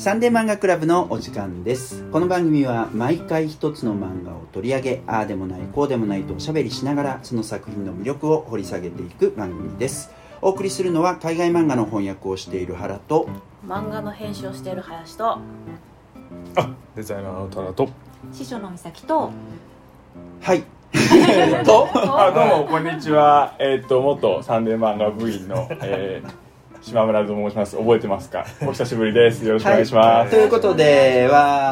サンデー漫画クラブのお時間です。この番組は毎回一つの漫画を取り上げ、ああでもないこうでもないとおしゃべりしながらその作品の魅力を掘り下げていく番組です。お送りするのは海外漫画の翻訳をしている原と、 漫画の編集をしている林と、 デザイナーの田中と、 師匠の美咲と、 はいどうもこんにちは。元サンデー漫画部員の、島村と申します。覚えてますか？お久しぶりです。よろしくお願いします。 ということで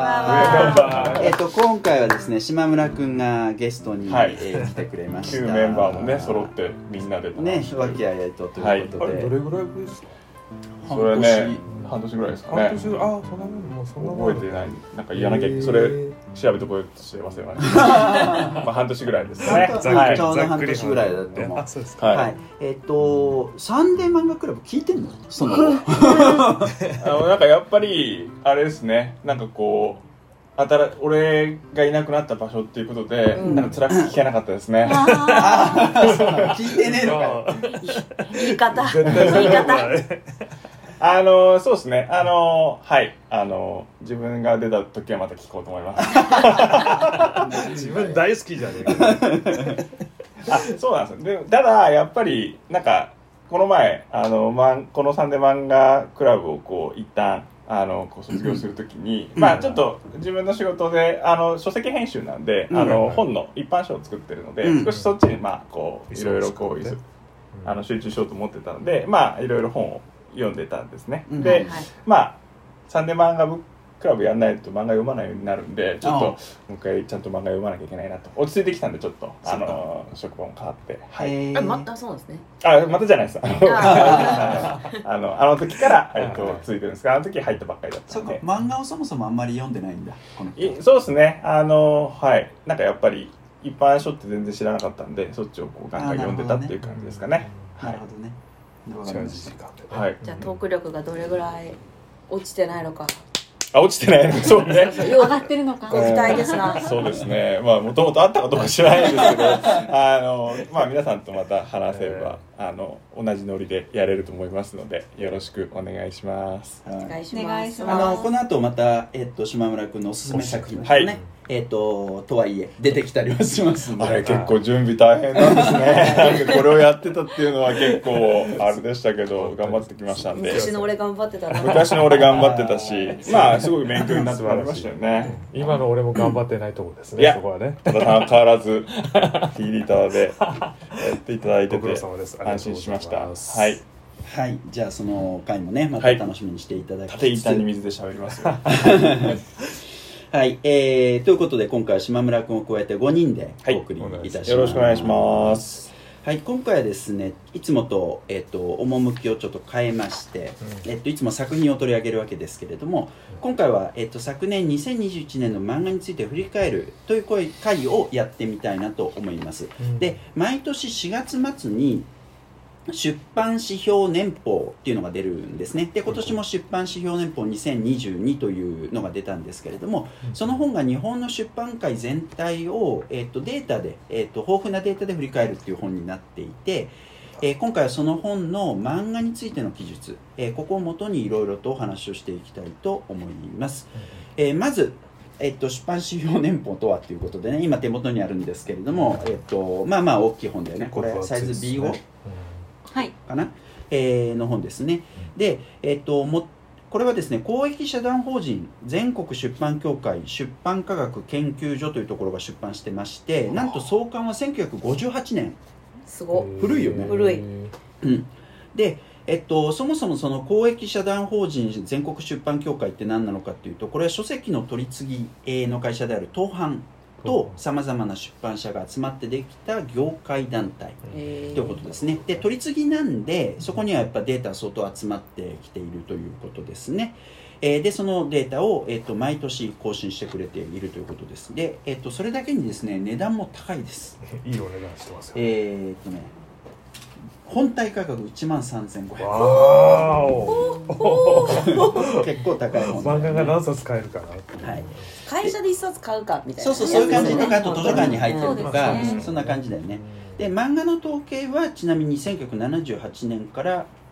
今回はですね、島村くんがゲストに、来てくれました。 旧メンバーもね揃ってみんなでね、和気あいあいとということで、 どれぐらいぶりですか？それね、半年ぐらいですかね。 半年、そんなもん覚えてない。なんか言わなきゃそれ調べとこうとしてますよね。まあ半年ぐらいですかね。 ちょうど半年ぐらいだと思う。 そうですか。 はい。サンデー漫画クラブ聞いてんの？その後。 なんかやっぱりあれですね。なんかこう俺がいなくなった場所っていうことで、なんか辛く聞けなかったですね。 聞いてねえのかよ。 言い方そうですね。自分が出た時はまた聞こうと思います。 自分大好きじゃねえか。 そうなんですよ。で、ただやっぱりなんかこの前このサンデー漫画クラブをこう一旦こう卒業するときに、まあちょっと自分の仕事で書籍編集なんで、本の一般書を作ってるので、少しそっちにこういろいろこう集中しようと思ってたので、まあいろいろ本を読んでたんですね。で、まあサンデー漫画クラブやんないと漫画読まないようになるんで、ちょっともう一回ちゃんと漫画読まなきゃいけないなと。落ち着いてきたんで、ちょっと職場も変わって、 またそうですね。 またじゃないです。時からついてるんですが、あの時入ったばっかりだったんで。 そうか、漫画をそもそもあんまり読んでないんだ。 そうですね。なんかやっぱり一般書って全然知らなかったんで、そっちをこうガンガン読んでたっていう感じですかね。 なるほどね。 じゃあトーク力がどれぐらい落ちてないのか。 落ちてない。そうね。 上がってるのか。 ご期待ですな。 そうですね。まあもともとあったかどうか知らないんですけど、まあ皆さんとまた話せれば同じノリでやれると思いますので、よろしくお願いします。 お願いします。 この後また島村君のおすすめ作品ですね。とはいえ出てきたりはしますので、 あれ結構準備大変なんですね。なんかこれをやってたっていうのは結構あれでしたけど、頑張ってきましたんで。 昔の俺頑張ってたな。 昔の俺頑張ってたし、まあすごい勉強になってまいりましたよね。 今の俺も頑張ってないところですね。そこはね。 ただ変わらず T リーターでやっていただいてて安心しました。 はい、じゃあその回もねまた楽しみにしていただきつつ、 縦板に水で喋りますよ。 はい、ということで今回は島村君を加えて5人でお送りいたします。 よろしくお願いします。 はい、今回はですね、いつもと、趣をちょっと変えまして、いつも作品を取り上げるわけですけれども、今回は、昨年2021年の漫画について振り返るという回をやってみたいなと思います。で、毎年4月末に出版指標年報っていうのが出るんですね。で、今年も出版指標年報2022というのが出たんですけれども、その本が日本の出版界全体を、データで、豊富なデータで振り返るっていう本になっていて、今回はその本の漫画についての記述、ここをもとにいろいろとお話をしていきたいと思います。まず出版指標年報とはということでね、今手元にあるんですけれども、まあまあ大きい本だよね。これサイズ B5 かな、の本ですね。で、これはですね、公益社団法人全国出版協会出版科学研究所というところが出版してまして、なんと創刊は1958年。 すごい古いよね。 古い。 で、そもそもその公益社団法人全国出版協会って何なのかっていうと、これは書籍の取り次ぎの会社である東販とさまざまな出版社が集まってできた業界団体ということですね。で、取り次ぎなんでそこにはやっぱデータ相当集まってきているということですね。でそのデータを、毎年更新してくれているということです。で、それだけにですね、値段も高いです。 いいお値段してますよ。 本体価格13,500円。結構高いもん、ね、 漫画が何冊買えるかな、 はい、 会社で1冊買うかみたいな、 そういう感じとか、あと図書館に入ってるとか、そんな感じだよね。で、漫画の統計はちなみに1978年から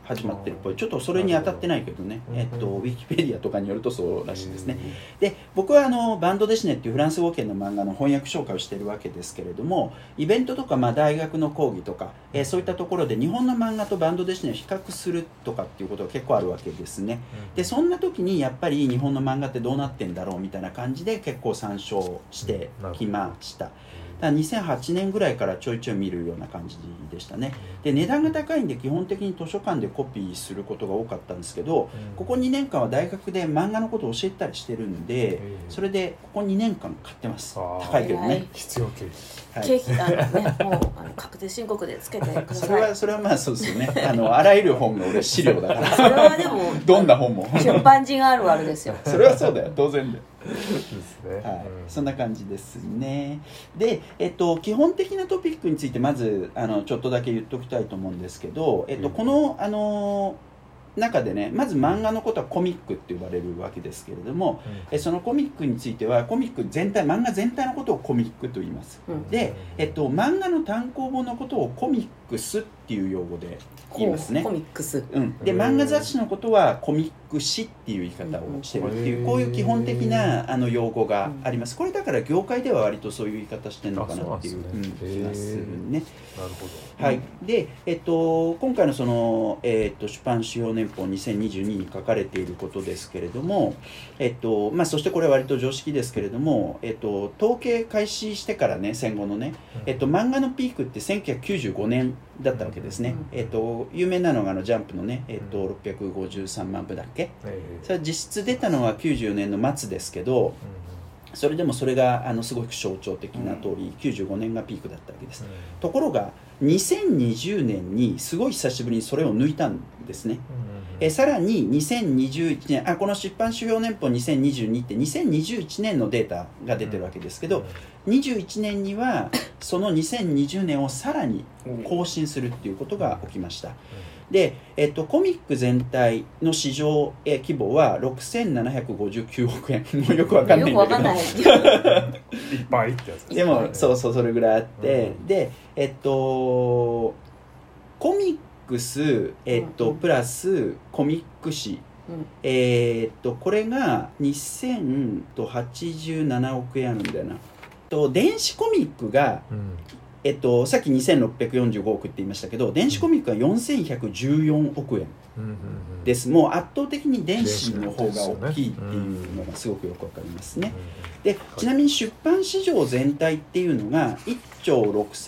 始まってるっぽい。ちょっとそれに当たってないけどね、ウィキペディアとかによるとそうらしいですね。で僕はバンドデシネっていうフランス語圏の漫画の翻訳紹介をしているわけですけれども、イベントとか大学の講義とか、そういったところで日本の漫画とバンドデシネを比較するとかっていうことが結構あるわけですね。でそんな時にやっぱり日本の漫画ってどうなってんだろうみたいな感じで結構参照してきました。だから2008年ぐらいからちょいちょい見るような感じでしたね。で値段が高いんで基本的に図書館でコピーすることが多かったんですけど、ここ2年間は大学で漫画のことを教えたりしてるんで、それでここ2年間買ってます。高いけどね。 必要経費。 経費もう確定申告でつけてください。 それはまあそうですよね。あらゆる本が俺資料だから。 それはでもどんな本も出版人あるあるですよ。 それはそうだよ、当然で。 ですね。 はい、そんな感じですね。で、基本的なトピックについてまずちょっとだけ言っておきたいと思うんですけど、この中でね、まず漫画のことはコミックって呼ばれるわけですけれども、そのコミックについてはコミック全体、漫画全体のことをコミックと言います。で、漫画の単行本のことをコミックスっていう用語で言いますね。 コミックス。 で漫画雑誌のことはコミック誌っていう言い方をしてるっていう、こういう基本的な用語があります。これだから業界では割とそういう言い方してるのかなっていう気がするね。 なるほど。 はい。で、今回のその、出版使用年俸2022に書かれていることですけれども、そしてこれは割と常識ですけれども、統計開始してからね、戦後のね、漫画のピークって1995年だったわけですね。有名なのがジャンプのね、653万部だっけ、それは実質出たのは94年の末ですけど、それでもそれがすごく象徴的な通り、95年がピークだったわけです。ところが2020年にすごい久しぶりにそれを抜いたんですね。さらに2021年、この出版指標年俸2022って2021年のデータが出てるわけですけど、21年にはその2020年をさらに更新するっていうことが起きました。で、コミック全体の市場規模は6759億円。もうよくわかんないんだけど。 いっぱいってやつでもそれぐらいあって、でコミックスプラスコミック誌、これが2087億円あるんだよな。電子コミックが、さっき2645億って言いましたけど、電子コミックは4114億円です。もう圧倒的に電子の方が大きいっていうのがすごくよくわかりますね。で、ちなみに出版市場全体っていうのが1兆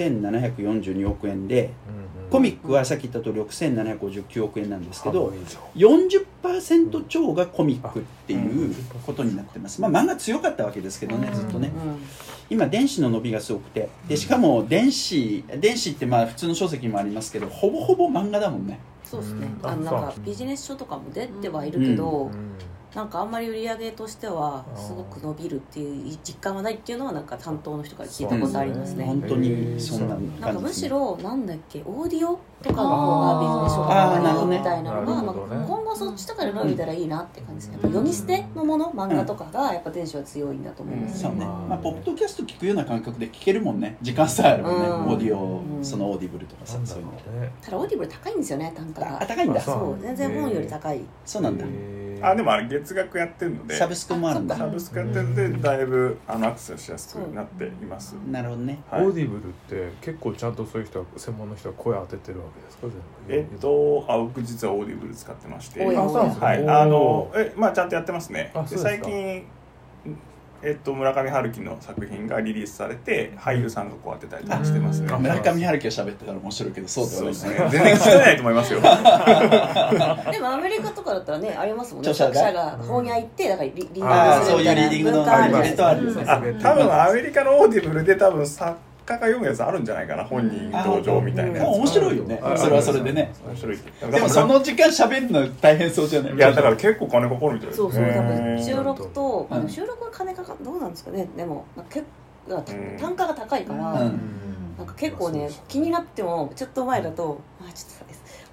6742億円で、コミックはさっき言った通り6759億円なんですけど、40% 超がコミックっていうことになってます。漫画強かったわけですけどね、ずっとね。今電子の伸びがすごくて、でしかも電子って普通の書籍もありますけど、ほぼほぼ漫画だもんね。 そうですね。なんかビジネス書とかも出てはいるけど、なんかあんまり売り上げとしてはすごく伸びるっていう実感はないっていうのはなんか担当の人から聞いたことありますね。 本当にそんな感じですね。 なんかむしろなんだっけ、オーディオとかの方がビジネス書とかがいいみたいなのが、今後そっちとかで伸びたらいいなって感じですね。やっぱ読み捨てのもの、漫画とかがやっぱ電子は強いんだと思います。 そうね。ポッドキャスト聞くような感覚で聞けるもんね。時間さえあればね、オーディオ、そのオーディブルとかさ、そういうの。 ただオーディブル高いんですよね、単価が。 高いんだ。 そう、全然本より高い。 そうなんだ。 でも月額やってるので、 サブスクもあるんだ。 サブスクやってるのでだいぶアクセスしやすくなっています。 なるほどね。 オーディブルって結構ちゃんとそういう人は専門の人は声当ててるわけですか？ 僕実はオーディブル使ってまして、 はい、 ちゃんとやってますね。で最近村上春樹の作品がリリースされて俳優さんがこう当てたりとかしてますね。 村上春樹が喋ってたら面白いけど、そうではないですね。 全然聞けないと思いますよ。 でもアメリカとかだったらね、ありますもんね。著者が本屋行ってだからリーディングするみたいな文化あるじゃないですか。 多分アメリカのオーディブルで多分作家が読むやつあるんじゃないかな、本人登場みたいなやつ。 面白いよね。それはそれでね。 面白い。 でもその時間喋るの大変そうじゃない？ いやだから結構金かかるみたいです。 そう多分収録と収録は金かかる、どうなんですかね。でも結構単価が高いから、なんか結構ね気になってもちょっと前だとちょっと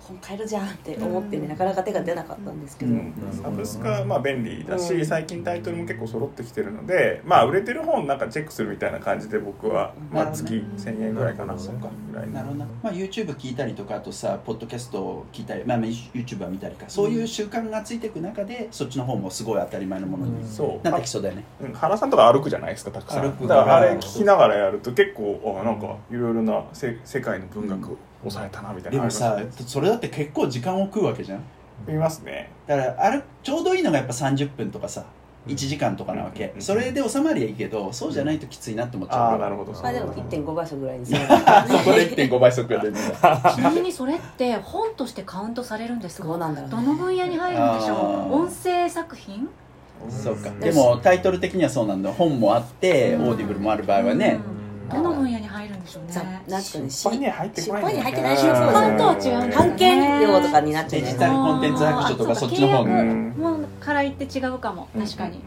本買えるじゃんって思ってね、なかなか手が出なかったんですけど、 サブスクはまあ便利だし、最近タイトルも結構揃ってきてるので、まあ売れてる本なんかチェックするみたいな感じで僕はまあ月1000円ぐらいかな、そうかぐらい。 なるほどな。まあ YouTube 聞いたりとか、あとさポッドキャストを聞いたり、まあ YouTuber 見たりか、そういう習慣がついていく中で、そっちの方もすごい当たり前のものになってきそうだよね。 原さんとか歩くじゃないですか、たくさん。だからあれ聞きながらやると結構なんかいろいろな世界の文学を抑えたなみたいな。 でもさ、それだって結構時間を食うわけじゃん。 見ますね。 だからちょうどいいのがやっぱ30分とかさ、1時間とかなわけ。それで収まりゃいいけど、そうじゃないときついなって思っちゃう。 ああ、なるほど。 まあでも 1.5 倍速ぐらいですね。 そこで 1.5 倍速が出るんだ。 ちなみにそれって本としてカウントされるんですか？ そうなんだろうね。 どの分野に入るんでしょう？音声作品？ そうか。でもタイトル的にはそうなんだ。本もあってオーディブルもある場合はね。 どの分野に入るんでしょうね。 なんかね、 出版には入ってこない。 出版に入ってない。 出版とは違うんですね。 版権料とかになっちゃう。 デジタルコンテンツ白書とかそっちの方に。もうから言って違うかも、確かに。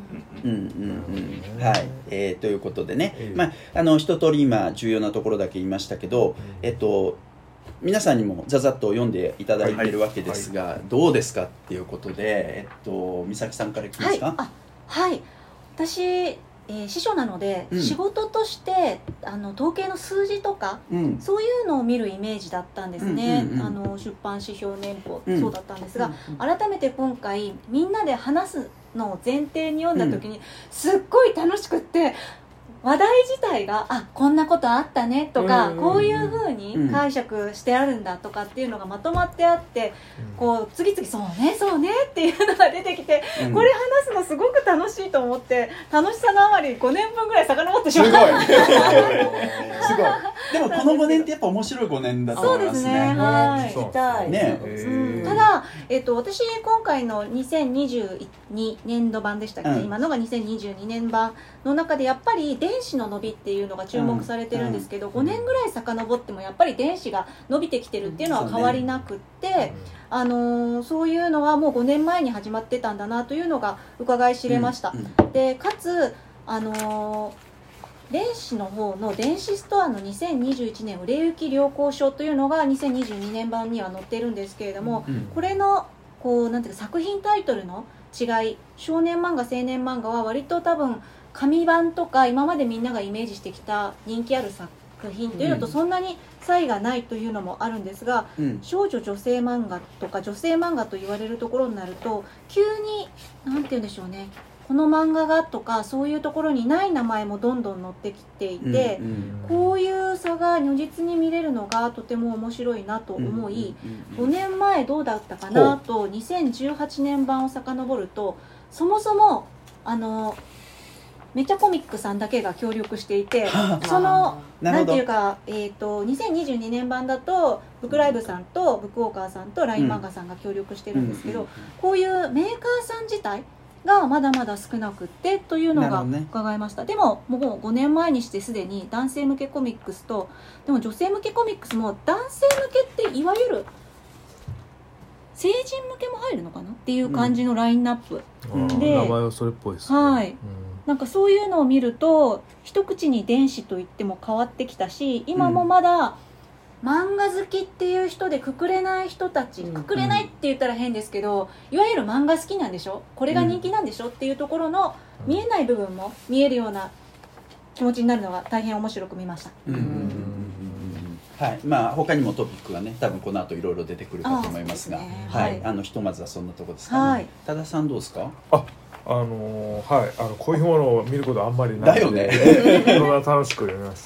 はい、ということでね、まあ一通り今重要なところだけ言いましたけど、皆さんにもざざっと読んでいただいているわけですが、どうですかっていうことで、美咲さんから聞きますか？ はい、私司書なので、仕事として統計の数字とか、そういうのを見るイメージだったんですね。出版指標年報、そうだったんですが、改めて今回みんなで話すのを前提に読んだ時に、すっごい楽しくって、話題自体がこんなことあったねとか、こういう風に解釈してあるんだとかっていうのがまとまってあって、こう次々そうねそうねっていうのが出てきて、これ話すのすごく楽しいと思って、楽しさのあまり5年分ぐらい遡ってしまった。 すごいでもこの5年ってやっぱ面白い5年だと思いますね。 そうですね。はい。 聞きたいね。 ただ私今回の2022年度版でしたっけ、今のが2022年版の中でやっぱり電子の伸びっていうのが注目されてるんですけど、5年ぐらい遡ってもやっぱり電子が伸びてきてるっていうのは変わりなくって、そういうのはもう5年前に始まってたんだなというのが伺い知れました。でかつ電子の方の電子ストアの2021年売れ行き良好書というのが2022年版には載っているんですけれども、これのこうなんていうか作品タイトルの違い、少年漫画青年漫画は割と多分紙版とか今までみんながイメージしてきた人気ある作品というのとそんなに差異がないというのもあるんですが、少女女性漫画とか女性漫画と言われるところになると、急になんて言うんでしょうね、この漫画がとかそういうところにない名前もどんどん載ってきていて、こういう差が如実に見れるのがとても面白いなと思い、5年前どうだったかなと2018年版を遡ると、そもそもめちゃコミックさんだけが協力していて、そのなんていうか、2022年版だとブックライブさんとブックウォーカーさんと LINE 漫画さんが協力してるんですけど、こういうメーカーさん自体がまだまだ少なくってというのが伺いました。でももう5年前にしてすでに男性向けコミックスと、でも女性向けコミックスも男性向けっていわゆる成人向けも入るのかなっていう感じのラインナップ、 で名前はそれっぽいですね。 はい、なんかそういうのを見ると一口に電子といっても変わってきたし、今もまだ漫画好きっていう人でくくれない人たち、くくれないって言ったら変ですけど、いわゆる漫画好きなんでしょ、これが人気なんでしょっていうところの見えない部分も見えるような気持ちになるのが大変面白く見ました。 はい、まあ他にもトピックがね、多分この後いろいろ出てくるかと思いますが、はい、ひとまずはそんなところですかね。多田さんどうですか？ こういうものを見ることはあんまりないので、そんな楽しく読みました。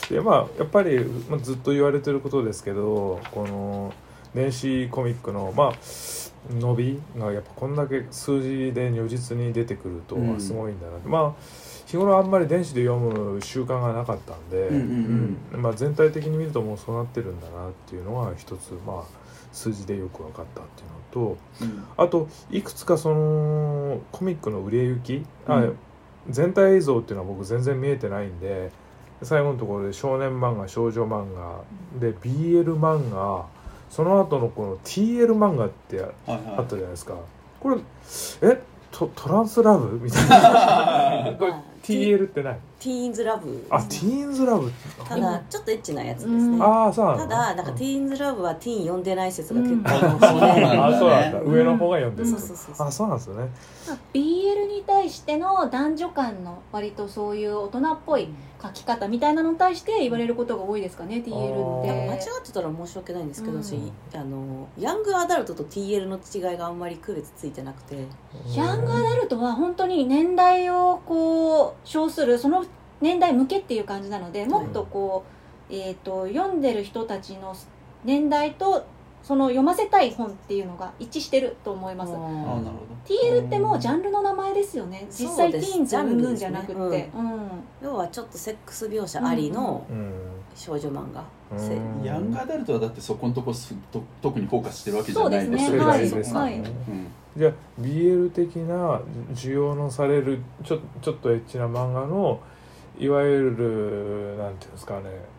でやっぱり、ずっと言われてることですけど、この電子コミックの伸びがやっぱこんだけ数字で如実に出てくるとすごいんだな。日頃あんまり電子で読む習慣がなかったんで、全体的に見るともうそうなってるんだなっていうのが一つ、数字でよく分かったっていうのと、あといくつかそのコミックの売れ行き、全体映像っていうのは僕全然見えてないんで、最後のところで少年漫画少女漫画で BL 漫画、その後のこの TL 漫画ってあったじゃないですか。これトランスラブみたいな TL って何？ ティーンズラブですね。 あ、ティーンズラブ。 ただちょっとエッチなやつですね。 ああ、そうなんだ。 ただなんかティーンズラブはティーン読んでない説が結構あ、そうなんだ。上の方が読んでる。あ、そうなんですよね。 BL に対しての男女間の割とそういう大人っぽい書き方みたいなのに対して言われることが多いですかね、 TL って。 間違ってたら申し訳ないんですけど、ヤングアダルトと TL の違いがあんまり区別ついてなくて、 ヤングアダルトは本当に年代をこう称するその年代向けっていう感じなので、もっとこう、読んでる人たちの年代とその読ませたい本っていうのが一致してると思います。TL ってもうジャンルの名前ですよね。実際ティーンズうんぬんじゃなくて、 要はちょっとセックス描写ありの少女漫画。 ヤングアダルトはだってそこのとこ特にフォーカスしてるわけじゃないですね。 じゃあ BL 的な需要のされるちょっとエッチな漫画のいわゆるなんていうんですかね、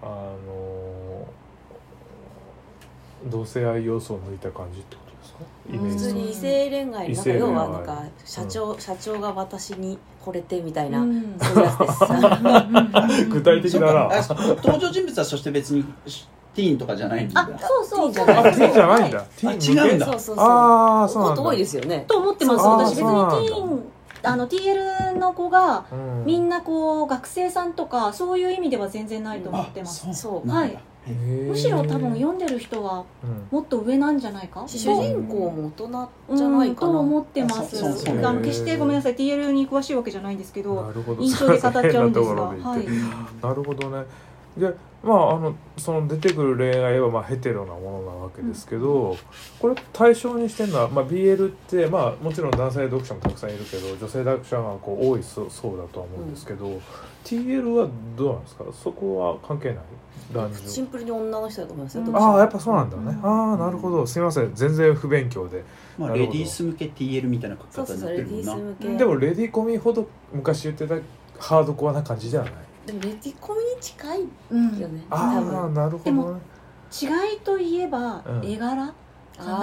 同性愛要素を抜いた感じってことですか？ 普通に異性恋愛、なんか要はなんか社長が私に惚れてみたいな、そういうやつです。 具体的だな。 登場人物はそして別にティーンとかじゃないんだ。 あ、そうティーンじゃないんだ。 ティーン違うんだ。 ああ、そうなんだ。多いですよね。 と思ってます。私別にティーンTL の子がみんなこう学生さんとかそういう意味では全然ないと思ってます。はい。むしろ多分読んでる人はもっと上なんじゃないか。 主人公も大人じゃないかなと思ってます。決してごめんなさい TL に詳しいわけじゃないんですけど、印象で語っちゃうんですが、はい。 なるほどね。で、その出てくる恋愛はヘテロなものなわけですけど、これ対象にしてるのは、BL ってもちろん男性読者もたくさんいるけど女性読者がこう多い層だとは思うんですけど、TL はどうなんですか？そこは関係ない？ シンプルに女の人だと思いますよ。 ああ、やっぱそうなんだね。ああ、なるほど。すみません、全然不勉強で。 レディース向け TL みたいな書き方になってるもんな。 でもレディコミほど昔言ってたハードコアな感じではない。 でもレディコミに近いよね。 ああ、なるほどね。 違いといえば絵柄かな。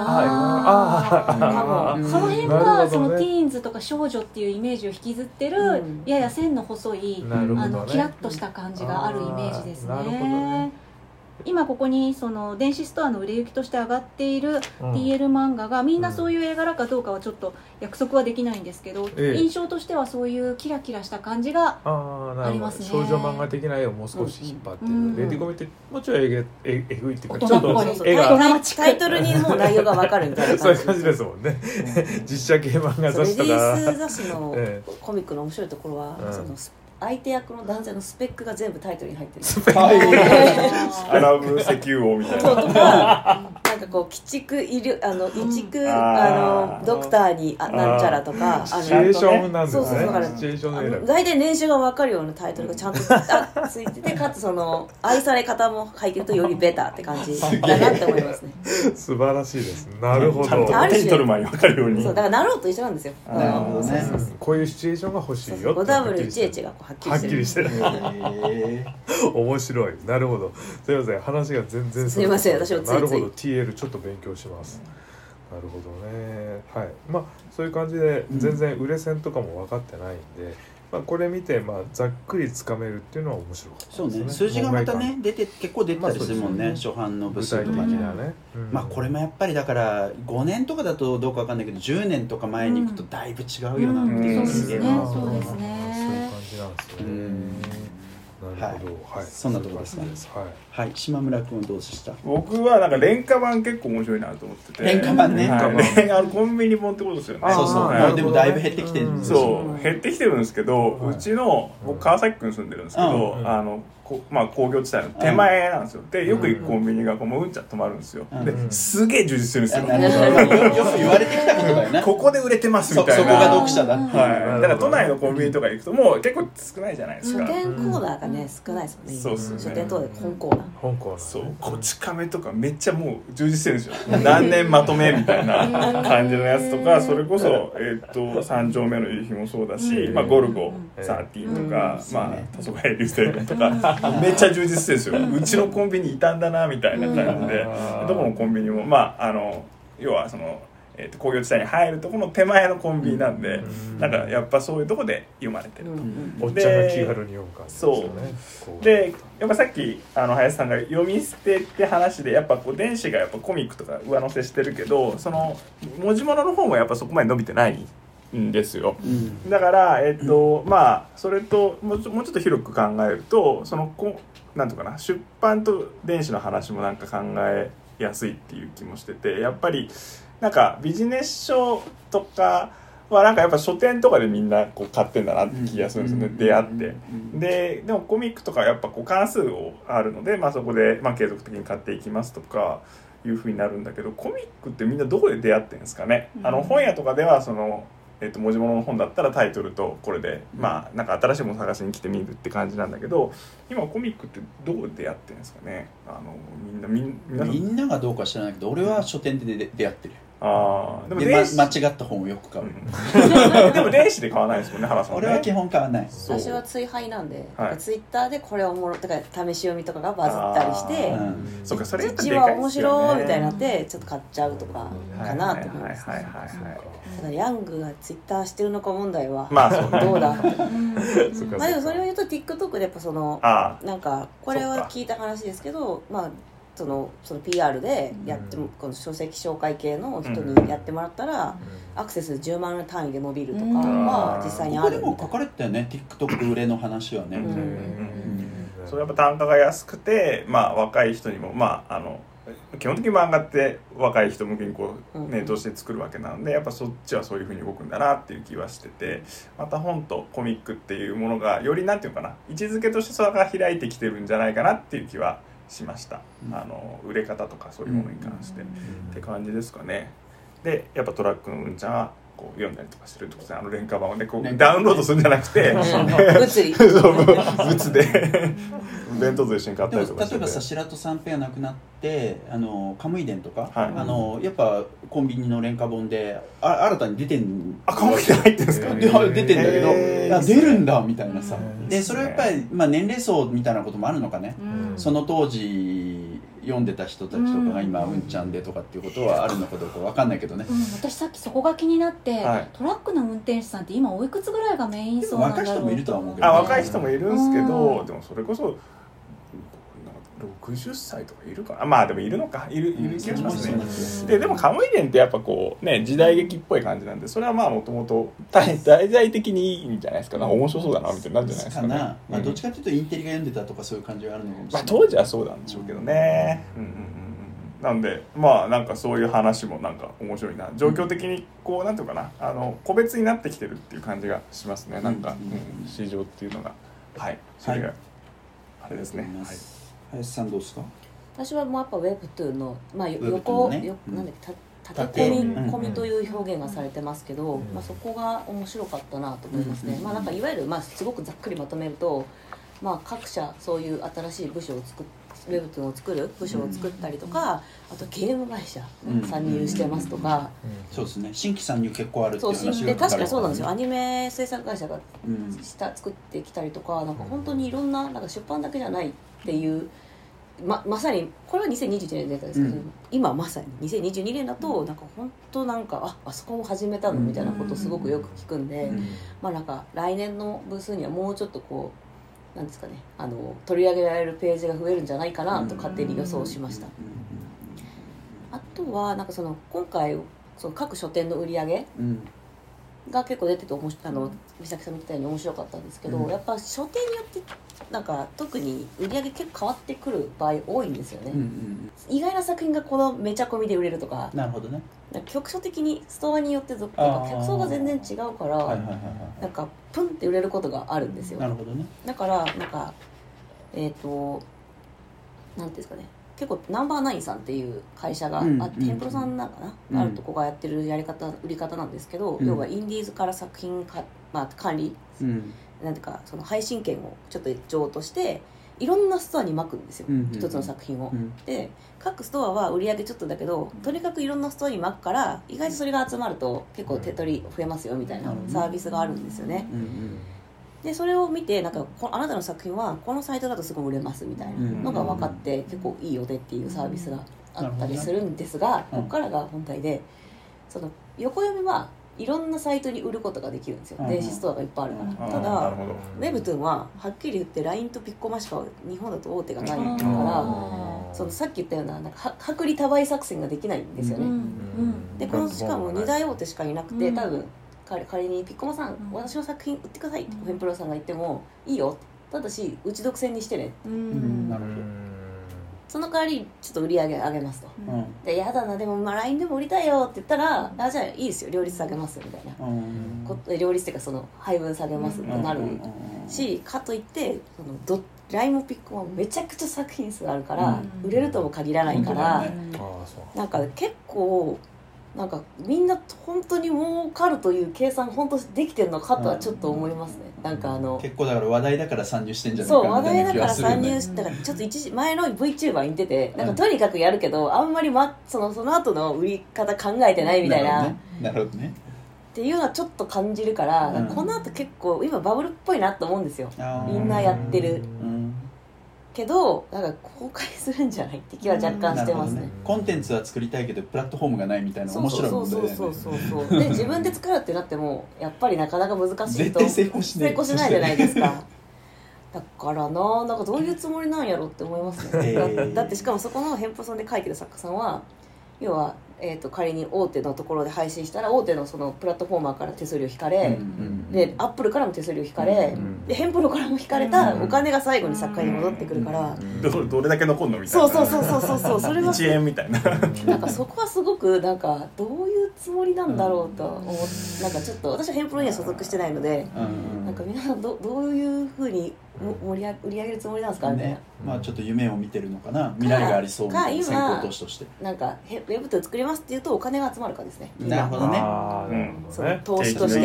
その辺がそのティーンズとか少女っていうイメージを引きずってる、やや線の細いキラッとした感じがあるイメージですね。今ここにその電子ストアの売れ行きとして上がっている TL 漫画がみんなそういう絵柄かどうかはちょっと約束はできないんですけど、印象としてはそういうキラキラした感じがありますね。 少女漫画的な絵をもう少し引っ張ってる。レディコミってもうちょいえぐいっていうか、ちょっと絵がタイトルにもう内容が分かるみたいなそういう感じですもんね。実写系漫画雑誌とかレディース雑誌のコミックの面白いところは、その相手役の男性のスペックが全部タイトルに入ってる。 アラブ石油王みたいな。 とか、なんかこう鬼畜医療ドクターになんちゃらとか、 シチュエーションなんですね。 そうだから大体年収が分かるようなタイトルがちゃんとついてて、かつその愛され方も入ってるとよりベターって感じだなって思いますね。 素晴らしいです。なるほど。 ちゃんと手に取る前に分かるように。 そうだからなろうと一緒なんですよ。 こういうシチュエーションが欲しいよ。 5W1H がはっきりしてる。 面白い。なるほど。すみません、話が全然すみません、私もついつい。 なるほど、TL ちょっと勉強します。なるほどね。はい。そういう感じで全然売れ線とかも分かってないんで、これ見てざっくりつかめるっていうのは面白かったですね。 そうね。数字がまたね結構出たりするもんね。初版の部数とかね。これもやっぱりだから5年とかだとどうか分かんないけど10年とか前に行くとだいぶ違うよなっていうすげえな。そうですね。 そういう感じなんですよね。なるほど。はい。 そんなところですね。はい。島村君どうでした？ 僕はなんか廉価版結構面白いなと思ってて。 廉価版ね。 コンビニ本ってことですよね。 そうそう。でもだいぶ減ってきてるんですよ。 そう減ってきてるんですけど、うちの僕川崎区に住んでるんですけど、工業地帯の手前なんですよ。でよく行くコンビニがもううんちゃ止まるんですよ。ですげえ充実してるんですよ。 よく言われてきたことだよね。 ここで売れてますみたいな。 そこが読者だ。 はい。だから都内のコンビニとか行くともう結構少ないじゃないですか。 書店コーナーがね少ないですもんね。 そうですね。 書店等で本コーナー。 本コーナー。 そう。こち亀とかめっちゃもう充実してるんですよ。何年まとめみたいな感じのやつとか、それこそ3丁目の夕日もそうだし、ゴルゴ13とか、黄昏流星群とかめっちゃ充実してるんですよ。うちのコンビニいたんだなみたいな感じで、どこのコンビニも要はその工業地帯に入るところの手前のコンビニなんで、なんかやっぱそういうところで読まれてると、 おっちゃんが気軽に読む感じですよね。 そうでやっぱさっき林さんが読み捨てって話で、やっぱこう電子がやっぱコミックとか上乗せしてるけど、その文字物の方もやっぱそこまで伸びてないんですよ、だからまあそれともうちょっと広く考えると、そのなんとかな、出版と電子の話もなんか考えやすいっていう気もしてて、やっぱりなんかビジネス書とかはなんかやっぱ書店とかでみんなこう買ってんだなって気がするんですよね、出会って。でもコミックとかやっぱこう関数をあるので、まあ、そこでまあ継続的に買っていきますとかいう風になるんだけど、コミックってみんなどこで出会ってんですかね。本屋とかではその文字物の本だったらタイトルとこれでまあなんか新しいもの探しに来てみるって感じなんだけど、今コミックってどこで出会ってるんですかね。 みんながどうか知らないけど、俺は書店で出会ってる。 でも間違った本をよく買う、 でも電子で買わないですもんね、原さんね。 俺は基本買わない。 私は追拝なんで、ツイッターでこれおもろとか試し読みとかがバズったりして、 そうか、それ一話面白いみたいになってちょっと買っちゃうとかかなと思います。ただヤングがツイッターしてるのか問題はどうだって。まあでもそれを言うと TikTok でやっぱそのなんかこれは聞いた話ですけど、まあその PR でやっても、この書籍紹介系の人にやってもらったら、アクセス10万円単位で伸びるとかは実際にある。 ここでも書かれてたよね、 TikTok 売れの話はね。 そうやっぱ単価が安くて、まあ若い人にもまあ基本的に漫画って若い人向けにこうネットして作るわけなんで、やっぱそっちはそういう風に動くんだなっていう気はしてて、また本とコミックっていうものがよりなんていうのかな、位置づけとしてそれが開いてきてるんじゃないかなっていう気はしました。売れ方とかそういうものに関してって感じですかね。でやっぱトラックのうんちゃんはこう読んだりとかしてるとか、廉価版をねこうダウンロードするんじゃなくて物理物で弁当と一緒に買ったりとかしてて、 例えばさ、白戸三平が亡くなってカムイ伝とか、やっぱコンビニの廉価本で新たに出てん。 カムイ伝入ってるんですか。 出てんだけど、出るんだみたいなさ。でそれはやっぱり、まあ、年齢層みたいなこともあるのかね。その当時読んでた人たちとかが今うんちゃんでとかっていうことはあるのかどうか分かんないけどね、 私さっきそこが気になって、トラックの運転手さんって今おいくつぐらいがメイン層なんだろう。 若い人もいるとは思うけど、 若い人もいるんですけど、でもそれこそ60歳とかいるかな。まあでもいるのか、いる気がしますね。でもカムイ伝ってやっぱこうね、時代劇っぽい感じなんで、それはまあもともと大々的にいいんじゃないですか。面白そうだなみたいになるんじゃないですかね。 まあどっちかというとインテリが読んでたとかそういう感じがあるのかもしれない。 まあ当時はそうなんでしょうけどね。なんでまあなんかそういう話もなんか面白いな。状況的にこうなんていうかな、個別になってきてるっていう感じがしますね。なんか市場っていうのが、それがあれですね。 林さんどうですか。 私はもうやっぱ Webtoon の、まあ、横、なんだっけ、縦込みという表現がされてますけど、まあ、そこが面白かったなと思いますね。まあなんかいわゆる、まあ、すごくざっくりまとめると、まあ、各社そういう新しい部署をWebtoon を作る部署を作ったりとか、あとゲーム会社参入してますとか、 そうですね、新規参入結構あるっていう話で確かにそうなんですよ。アニメ制作会社が作ってきたりとか、なんか本当にいろんな、なんか出版だけじゃないっていう、まさにこれは2021年出たんですけど、今まさに2022年だとなんか本当なんかあそこも始めたのみたいなことをすごくよく聞くんで、まあなんか来年の部数にはもうちょっとこうなんですかね、取り上げられるページが増えるんじゃないかなと勝手に予想しました。あとはなんかその今回その各書店の売り上げが結構出てて美咲さん見てたように面白かったんですけど、やっぱ書店によってなんか特に売り上げ結構変わってくる場合多いんですよね。意外な作品がこのめちゃ込みで売れるとか、 なるほどね、 局所的にストアによって客層が全然違うから、なんかプンって売れることがあるんですよ。 なるほどね。 だからなんかなんていうんですかね、結構ナンバーナインさんっていう会社があって、テンプロさんなんかな、あるとこがやってる売り方なんですけど、要はインディーズから作品管理、なんていうかその配信権をちょっと譲渡していろんなストアに巻くんですよ、一つの作品を。で各ストアは売り上げちょっとだけど、とにかくいろんなストアに巻くから意外とそれが集まると結構手取り増えますよみたいなサービスがあるんですよね。でそれを見てなんかあなたの作品はこのサイトだとすごい売れますみたいなのが分かって結構いいよねっていうサービスがあったりするんですが、ここからが本題で、 その横読みはいろんなサイトに売ることができるんですよ、電子ストアがいっぱいあるから、ただなるほど。 ウェブトゥーンははっきり言って LINE とピッコマしか日本だと大手がないから、そのさっき言ったような、 なんか薄利多売作戦ができないんですよね、でこのしかも2大大手しかいなくて、多分仮にピッコマさん、私の作品売ってくださいってフェンプロさんが言ってもいいよ、ただしうち独占にしてね、 なるほど。その代わりちょっと売り上げ上げますと、でやだなでもLINE でも売りたいよって言ったら、じゃあいいですよ両立下げますみたいな、両立っていうかその配分下げますってなるし、かといってそのLINE もピッコマもめちゃくちゃ作品数あるから、売れるとも限らないから、なんか結構なんかみんな本当に儲かるという計算本当できてるのかとはちょっと思いますね、なんか結構だから話題だから参入してんじゃないかそう話題だから参入して、だからちょっと前の VTuber に出てなんかとにかくやるけど、あんまり、その後の売り方考えてないみたいな、 なるほどねっていうのはちょっと感じるから、この後結構今バブルっぽいなと思うんですよ、みんなやってる、けどなんか公開するんじゃないって気は若干してますね、 コンテンツは作りたいけどプラットフォームがないみたいな面白い問題だよね。 そうで自分で作るってなってもやっぱりなかなか難しいと絶対成功しないじゃないですかだからなんかどういうつもりなんやろって思いますね、だってしかもそこのヘンプロさんで書いてる作家さんは要は仮に大手のところで配信したら大手のそのプラットフォーマーから手数料引かれ、でアップルからも手数料引かれ、でヘンプロからも引かれたお金が最後に作家に戻ってくるから、 どれだけ残るのみたいな、 そうそれは 1円みたいななんかそこはすごくなんかどういうつもりなんだろうと思って、なんかちょっと私はヘンプロには所属してないので、なんか皆さんどういうふうに売り上げるつもりなんですかみたいな、 まあちょっと夢を見てるのかな、未来がありそうな先行投資として、 なんかウェブトゥーン作りますっていうとお金が集まるかですね。 なるほどね、 そう投資として、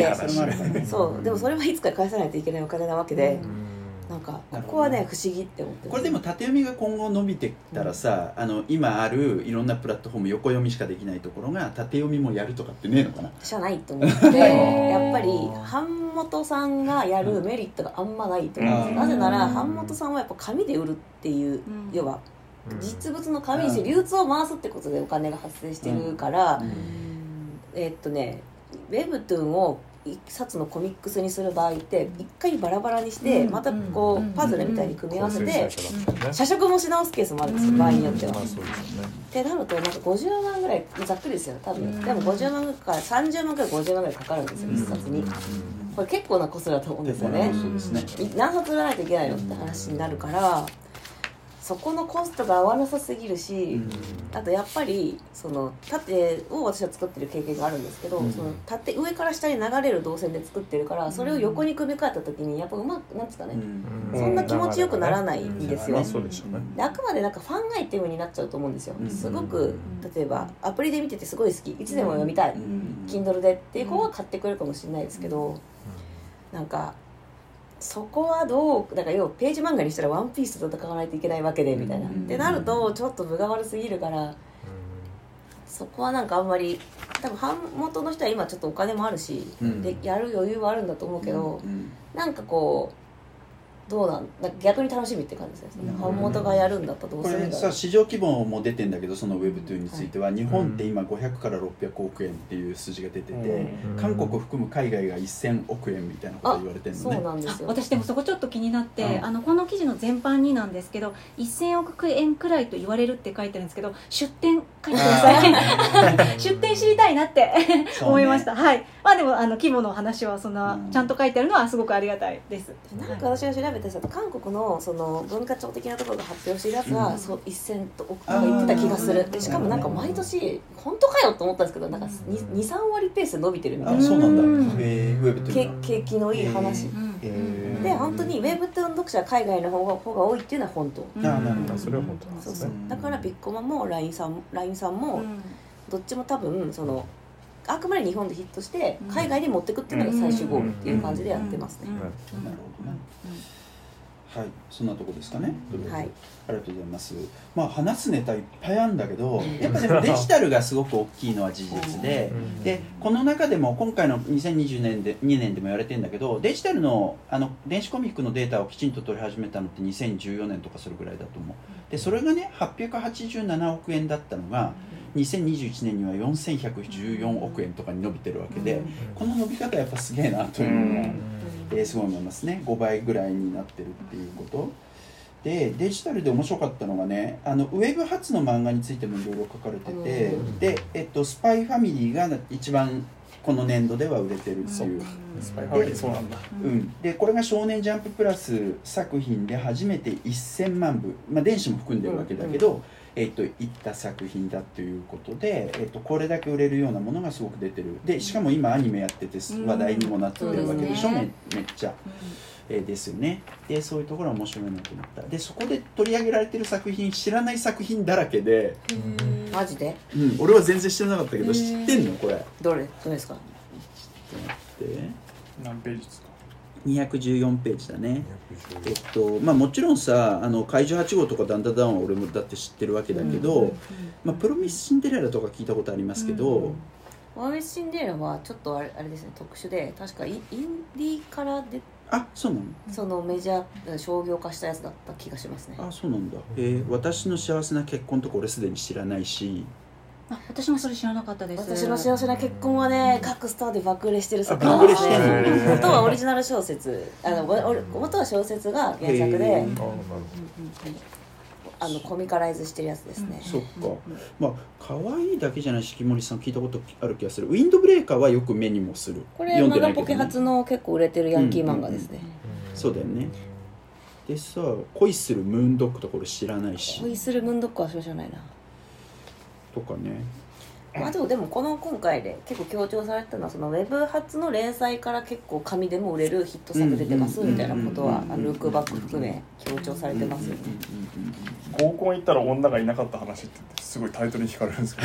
そうでもそれはいつか返さないといけないお金なわけで、なんかここはね不思議って思ってる。 これでも縦読みが今後伸びてきたらさ、今あるいろんなプラットフォーム横読みしかできないところが縦読みもやるとかってねえのかな。 じゃないと思ってやっぱり版元さんがやるメリットがあんまないと思うんです。なぜなら版元さんはやっぱ紙で売るっていう、要は実物の紙にして流通を回すってことでお金が発生してるから、ウェブトゥーンを一冊のコミックスにする場合って一回バラバラにしてまたこうパズルみたいに組み合わせて社食もし直すケースもあるんですよ、場合によっては。ってなるとなんか50万ぐらいざっくりですよ多分、でも50万から30万から50万ぐらいかかるんですよ一冊に。これ結構なコストだと思うんですよね。何冊売らないといけないのって話になるから、そこのコストが合わなさすぎるし、あとやっぱりその縦を私は作ってる経験があるんですけど、その縦上から下に流れる動線で作ってるから、それを横に組み替えた時にやっぱうまくなんですかね、そんな気持ちよくならないんですよ。であくまでなんかファンアイテムになっちゃうと思うんですよ。すごく例えばアプリで見ててすごい好き、いつでも読みたい、Kindle でっていう子は買ってくれるかもしれないですけど、なんかそこはどうだから要はページ漫画にしたらワンピースと戦わないといけないわけでみたいな、ってなるとちょっと分が悪すぎるから、そこはなんかあんまり多分版元の人は今ちょっとお金もあるし、でやる余裕はあるんだと思うけど、なんかこうどうなんか逆に楽しみって感じですね。版元がやるんだったらどうするんだろう。 これさ市場規模も出てんだけど、その Web2 については、日本って今500から600億円っていう数字が出てて、韓国含む海外が1000億円みたいなこと言われてるのね。 そうなんですよ。 私でもそこちょっと気になって、この記事の全般になんですけど1000億円くらいと言われるって書いてるんですけど、出店書いてください出店知りたいなって思いました。はい。まあでも規模の話はそんなちゃんと書いてあるのはすごくありがたいです。 なんか私が調べてさ、韓国のその文化庁的なところが発表してるやつは、そう1000億とか言ってた気がする。でしかもなんか毎年本当かよと思ったんですけど、なんか 2,3 割ペースで伸びてるみたいな。 そうなんだ。 景気のいい話で、本当にウェブトゥーン読者は海外の方が多いっていうのは本当。 それは本当なんですね。 だからピッコマも LINE さんもどっちも多分そのあくまで日本でヒットして海外に持ってくっていうのが最終ゴールっていう感じでやってますね。 なるほどね。はい、そんなとこですかね。はい、ありがとうございます。まあ話すネタいっぱいあるんだけど、やっぱでもデジタルがすごく大きいのは事実で、でこの中でも今回の2020年で2年でも言われてるんだけど、デジタルの電子コミックのデータをきちんと取り始めたのって2014年とかそれぐらいだと思う。でそれがね887億円だったのが 2021年には4114億円とかに伸びてるわけで、この伸び方やっぱすげえなというのが、すごい思いますね。5倍ぐらいになってるっていうことで、デジタルで面白かったのがね、ウェブ発の漫画についてもいろいろ書かれてて、で、スパイファミリーが一番この年度では売れてるっていう。 スパイファミリーそうなんだ。 でこれが少年ジャンププラス作品で初めて1000万部、まあ、電子も含んでるわけだけど、いった作品だということで、これだけ売れるようなものがすごく出てる。でしかも今アニメやってて話題にもなってるわけでしょ、めっちゃ。ですよね。でそういうところは面白いなと思った。でそこで取り上げられてる作品、知らない作品だらけで、 マジで？ 俺は全然知らなかったけど、知ってんのこれ？ どれですか？ 何ページですか ？214ページだね。まあもちろんさ、怪獣8号とかダンダダンは俺もだって知ってるわけだけど、まあプロミスシンデレラとか聞いたことありますけど、 プロミスシンデレラはちょっとあれですね、特殊で、確かインディーからで、 そうなの？ そのメジャー商業化したやつだった気がしますね。 そうなんだ。私の幸せな結婚とか俺すでに知らないし。 私もそれ知らなかったです。 私の幸せな結婚はね、各スターで爆売れしてる作品ですね。 元はオリジナル小説、元は小説が原作で、コミカライズしてるやつですね。 そっか。まあ可愛いだけじゃないし、木森さん聞いたことある気がする。ウィンドブレーカーはよく目にもする。 これマガポケ発の結構売れてるヤンキー漫画ですね。 そうだよね。でさ、恋するムーンドッグとか俺知らないし。 恋するムーンドッグは知らないな。 とかね。 でも今回で結構強調されてたのは、そのウェブ発の連載から結構紙でも売れるヒット作出てますみたいなことはルックバック含め強調されてますよね。 合コン行ったら女がいなかった話ってすごいタイトルに惹かれるんですけど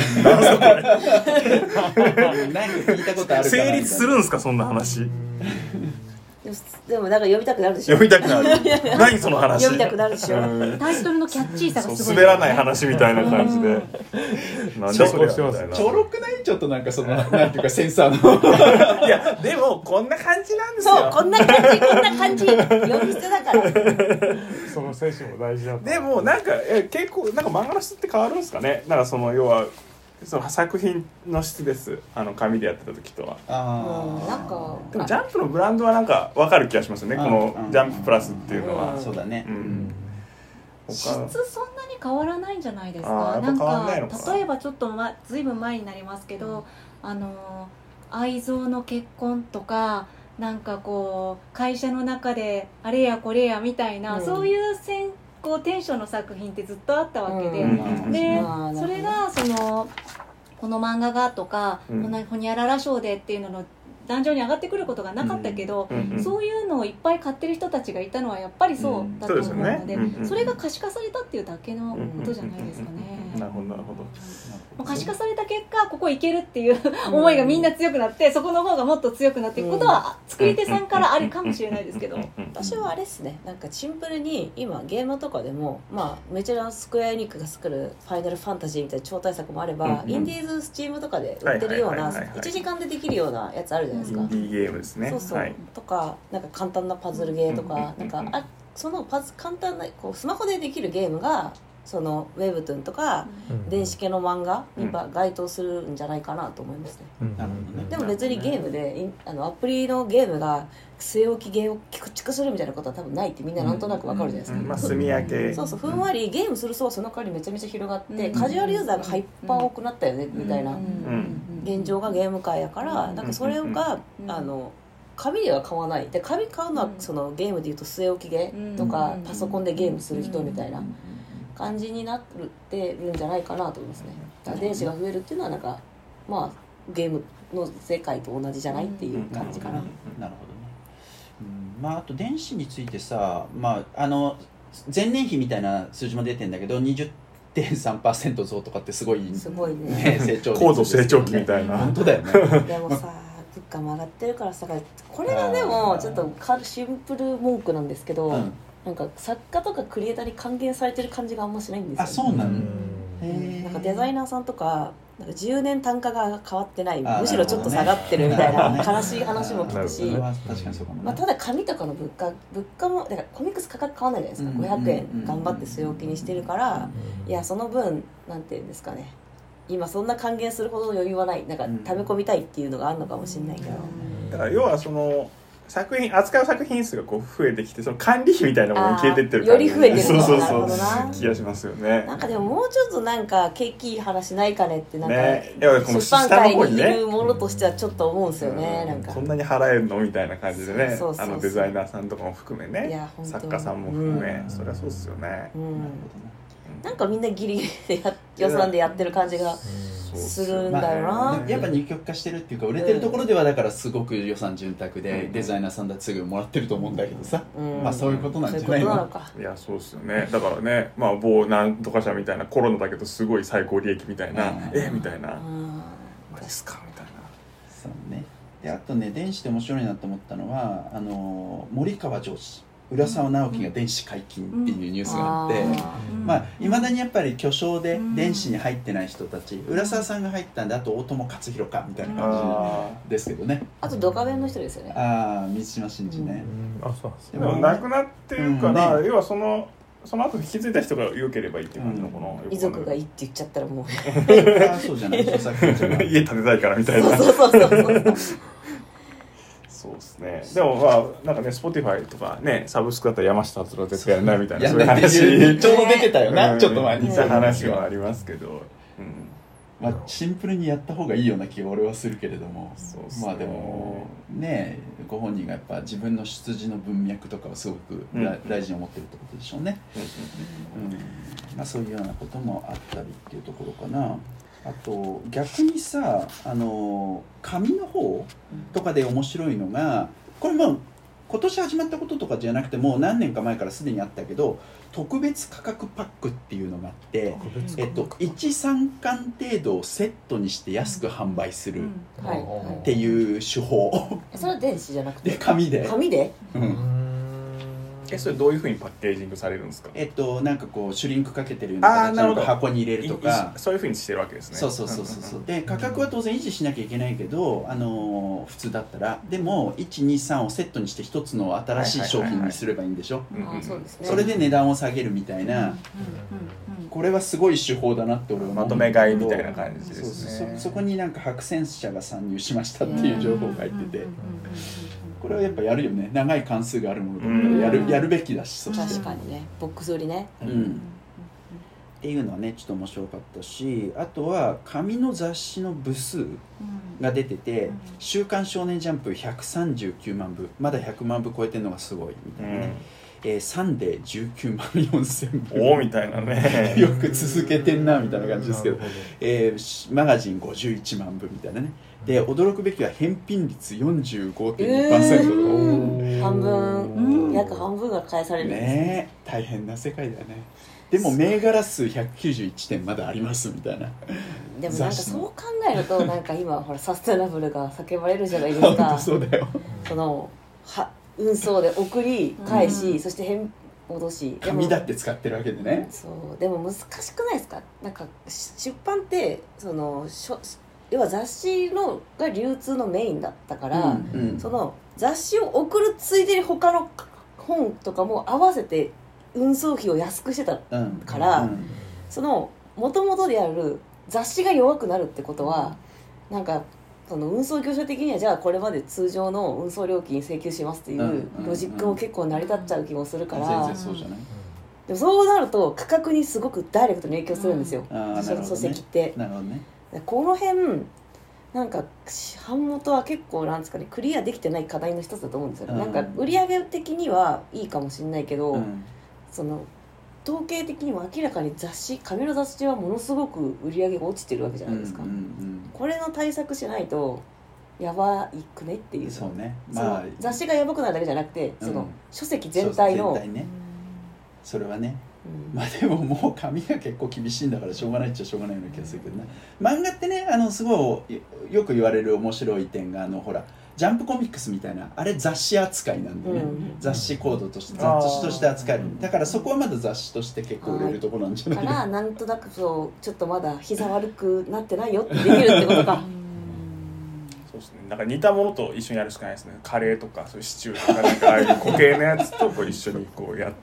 何か聞いたことあるかな。 成立するんですかそんな話。 でもなんか読みたくなるでしょ。 読みたくなる。何その話。 読みたくなるでしょ。 タイトルのキャッチーさがすごい。 滑らない話みたいな感じで。 なんでそれしてます。ちょろくない？ちょっとなんかそのなんていうかセンサーの。 いやでもこんな感じなんですよ。 そうこんな感じ読み捨てだから。 その精神も大事だ。 でもなんか結構なんか漫画の質って変わるんですかね。なんかその要は。その作品の質です。紙でやってた時とは。 なんかでもジャンプのブランドはなんか分かる気がしますよね。このジャンププラスっていうのは。 そうだね。 質そんなに変わらないんじゃないですか。なんか例えばちょっとずいぶん前になりますけど、愛憎の結婚とかなんかこう会社の中であれやこれやみたいな、そういうテンションの作品ってずっとあったわけで、でそれがこの漫画がとか、ほにゃらら賞でっていうのの壇上に上がってくることがなかったけど、そういうのをいっぱい買ってる人たちがいたのはやっぱりそうだと思うので、それが可視化されたっていうだけのことじゃないですかね。 なるほどなるほど。 可視化された結果ここいけるっていう思いがみんな強くなって、そこの方がもっと強くなっていくことは作り手さんからあるかもしれないですけど、 私はあれですね、なんかシンプルに今ゲームとかでも、めちゃなスクエアエニックが作るファイナルファンタジーみたいな超大作もあれば、インディーズスチームとかで売ってるような1時間でできるようなやつあるじゃないですか。 インディーゲームですね。 そう、とかなんか簡単なパズルゲーとか、なんかその簡単なスマホでできるゲームがそのウェブトゥーンとか電子系の漫画に該当するんじゃないかなと思いますね。でも別にゲームでアプリのゲームが据え置きゲーを駆逐するみたいなことは多分ないってみんななんとなくわかるじゃないですか。 住み分け。 そうふんわりゲームする層はその代わりめちゃめちゃ広がって、カジュアルユーザーがハイパー多くなったよねみたいな現状がゲーム界やから、なんかそれが紙では買わない。で紙買うのはそのゲームでいうと据え置きゲーとかパソコンでゲームする人みたいな感じになってるんじゃないかなと思いますね。電子が増えるっていうのはなんかゲームの世界と同じじゃないっていう感じかな。 なるほどね。あと電子についてさ、前年比みたいな数字も出てんだけど 20.3% 増とかってすごいね成長、 高度成長期みたいな。 本当だよね。 でもさ物価も上がってるからさ、これがでもちょっとシンプル文句なんですけど、なんか作家とかクリエイターに還元されてる感じがあんましないんですよ。 そうなの。 なんかデザイナーさんとかなんか10年単価が変わってない、むしろちょっと下がってるみたいな悲しい話も聞くし、ただ紙とかの物価もだからコミックス価格変わらないじゃないですか。500円頑張って据え置きにしてるから、いやその分なんていうんですかね、 今そんな還元するほどの余裕はない、なんか溜め込みたいっていうのがあるのかもしれないけど、 だから要はその作品扱う作品数がこう増えてきて、その管理費みたいなものに消えてってる感じ、 より増えてるそうそうそうなるほどな気がしますよね。 なんかでももうちょっとなんか景気いい話ないかねってなんか、 ね、いやこの出版界にい下の方にねるものとしてはちょっと思うんですよね、なんかそんなに払えるのみたいな感じでね、 そうそうそうそうあのデザイナーさんとかも含めねいや本当作家さんも含め、そりゃそうっすよね、 なんかみんなギリギリで予算でやってる感じがするんだよな、 まあ、やっぱ二極化してるっていうか売れてるところではだからすごく予算潤沢でデザイナーさんだってすぐもらってると思うんだけどさ、まあそういうことなんじゃないの。 いやそうっすよね。だからね、まあ某なんとか社みたいなコロナだけどすごい最高利益みたいな、みたいな、マジっすかみたいな。 そうね。であとね電子で面白いなと思ったのは森川上司浦沢直樹が電子解禁っていうニュースがあって、まあいまだにやっぱり巨匠で電子に入ってない人たち、浦沢さんが入ったんであと大友克洋かみたいな感じですけどね。 あとドカベンの人ですよね。 満島真司ね。 あそうなんですね。 でも亡くなってるから、要はその後引き継いだ人が良ければいいって感じのこの遺族がいいって言っちゃったらもうそうじゃない著作権者が家建てたいからみたいな。そうですね。でもまあなんかね Spotify とかねサブスクだったら山下達郎絶対やらないみたいなそういう話ちょうど出てたよな、ちょっと前に。 似た話はありますけど、 まあシンプルにやった方がいいような気が俺はするけれども、まあでもねご本人がやっぱ自分の出自の文脈とかをすごく大事に思ってるってことでしょうね。まあそういうようなこともあったりっていうところかな。あと逆にさ紙の方とかで面白いのが、これも今年始まったこととかじゃなくてもう何年か前からすでにあったけど、特別価格パックっていうのがあって、1,3 巻程度をセットにして安く販売するっていう手法。 それは電子じゃなくて紙で。 それどういうふうにパッケージングされるんですか？ なんかこうシュリンクかけてるような形の箱に入れるとか、 そういうふうにしてるわけですね。 そうで価格は当然維持しなきゃいけないけど、普通だったらでも1,2,3をセットにして一つの新しい商品にすればいいんでしょ。それで値段を下げるみたいな、これはすごい手法だなって俺は思う。 まとめ買いみたいな感じですね。 そこになんか白戦車が参入しましたっていう情報が入ってて、これはやっぱやるよね。長い関数があるものだからやるべきだし、そして確かにね、ボックス売りね、 っていうのはねちょっと面白かったし、あとは紙の雑誌の部数が出てて、週刊少年ジャンプ139万部、まだ100万部超えてるのがすごいみたいなね。サンデー19万4,000部、 おみたいなねよく続けてんなみたいな感じですけど、マガジン51万部みたいなね。で驚くべきは返品率 45.2%、 半分、約半分が返されるんですね。大変な世界だよね。でも銘柄数191点まだありますみたいな。 でもなんかそう考えるとなんか今ほらサステナブルが叫ばれるじゃないですか。 本当そうだよ。 運送で送り返し、そして戻し、 紙だって使ってるわけでね。 そうでも難しくないですか？なんか出版って要は雑誌が流通のメインだったから、その雑誌を送るついでに他の本とかも合わせて運送費を安くしてたから、その元々である雑誌が弱くなるってことは、なんかその運送業者的にはじゃあこれまで通常の運送料金請求しますっていうロジックも結構成り立っちゃう気もするから、 全然そうじゃない。 でもそうなると価格にすごくダイレクトに影響するんですよ、書籍って。 なるほどね。 この辺なんか版元は結構なんですかね、クリアできてない課題の一つだと思うんですよ、なんか売上的にはいいかもしれないけど、その統計的にも明らかに紙の雑誌はものすごく売り上げが落ちてるわけじゃないですか、これの対策しないとやばいくねっていう。 そうね、 まあ、雑誌がやばくなるだけじゃなくて、その書籍全体のそれはね、まあでももう紙が結構厳しいんだからしょうがないっちゃしょうがないような気がするけどね。漫画ってねすごいよく言われる面白い点がほらジャンプコミックスみたいなあれ雑誌扱いなんでね、雑誌コードとして雑誌として扱える、だからそこはまだ雑誌として結構売れるところなんじゃないかな。なんとなくちょっとまだ膝悪くなってないよってできるってことか。 そうですね、なんか似たものと一緒にやるしかないですね。カレーとかそういうシチューとかなんかああいう固形のやつとこう一緒にこうやって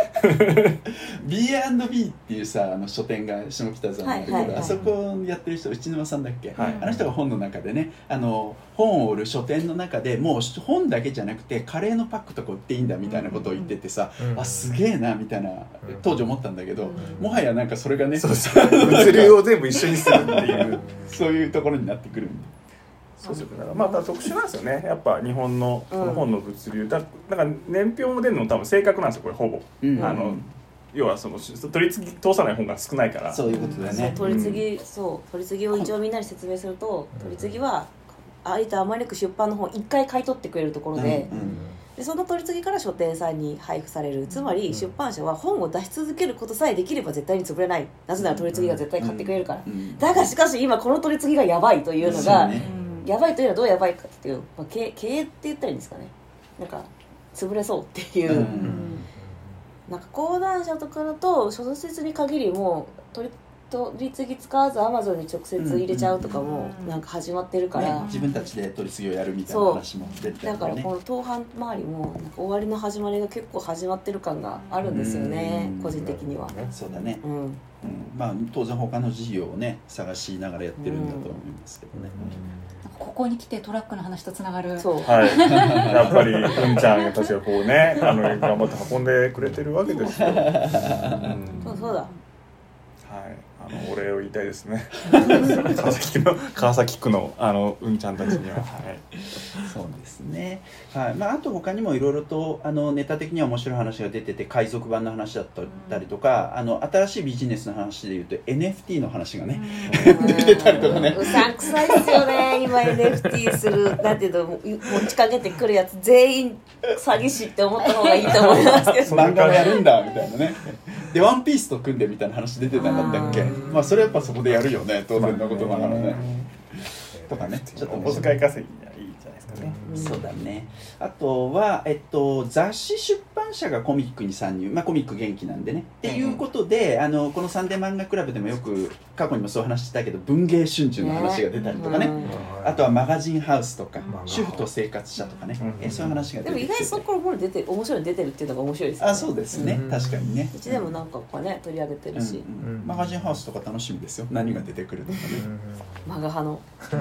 B&B っていうさ書店が下北沢なんだけど、 はいはいはい、 あそこやってる人内沼さんだっけ、 はい、 あの人が本の中でね本を売る書店の中でもう本だけじゃなくてカレーのパックとか売っていいんだみたいなことを言っててさ、あすげえなみたいな当時思ったんだけど、もはやなんかそれがねそうそう物流を全部一緒にするっていうそういうところになってくるんで。 そうですよね。だからまた特殊なんですよね。やっぱ日本のその本の物流なんか年表も出るの多分正確なんですよこれほぼ、要はその取り次ぎ通さない本が少ないから。 そういうことだね。 取り次ぎを一応みんなに説明すると、取り次ぎはありとあまねく出版の本1回買い取ってくれるところで、でその取り次ぎから書店さんに配布される。つまり出版社は本を出し続けることさえできれば絶対に潰れない。なぜなら取り次ぎが絶対買ってくれるから。だがしかし今この取り次ぎがやばいというのが、やばいというのはどうやばいかっていう、経営って言ったらいいんですかね。なんか潰れそうっていう、なんか講談社とかだと小説に限りも取り次ぎ使わず Amazon に直接入れちゃうとかもなんか始まってるから、 ね、自分たちで取り次ぎをやるみたいな話も出てたりとかね。 だからこの当販周りもなんか終わりの始まりが結構始まってる感があるんですよね、個人的には。 そうだね、まあ当然他の事業をね探しながらやってるんだと思いますけどね、 ここに来てトラックの話とつながる。 そう、 はい、やっぱりうんちゃんたちがこうね頑張って運んでくれてるわけですよ。 そうだ、 お礼を言いたいですね川崎区のうんちゃんたちには、はい、 そうですね、はい。まあ、あと他にもいろいろとネタ的には面白い話が出てて、海賊版の話だったりとか、新しいビジネスの話でいうと NFT の話がね出てたりとかね。 うさんくさいですよね今 NFT するなんていうの持ちかけてくるやつ全員詐欺師って思った方がいいと思いますけど漫画をやるんだみたいなね。でワンピースと組んでみたいな話出てなかったっけ。まあそれやっぱそこでやるよね、当然のことながらね、とかね、ちょっとお小遣い稼ぎがいいじゃないですかね。 そうだね。あとは、雑誌出版社がコミックに参入、まあ、コミック元気なんでね、っていうことでこのサンデー漫画クラブでもよく過去にもそう話してたけど文芸春秋の話が出たりとかね、あとはマガジンハウスとか、主婦と生活者とかね、そういう話が出てきて、 でも意外とそこから面白いの出てるっていうのが面白いですよね。 あ、そうですね、確かにね。 うちでもなんかこうね取り上げてるし、 マガジンハウスとか楽しみですよ、何が出てくるとかね。 マガ派の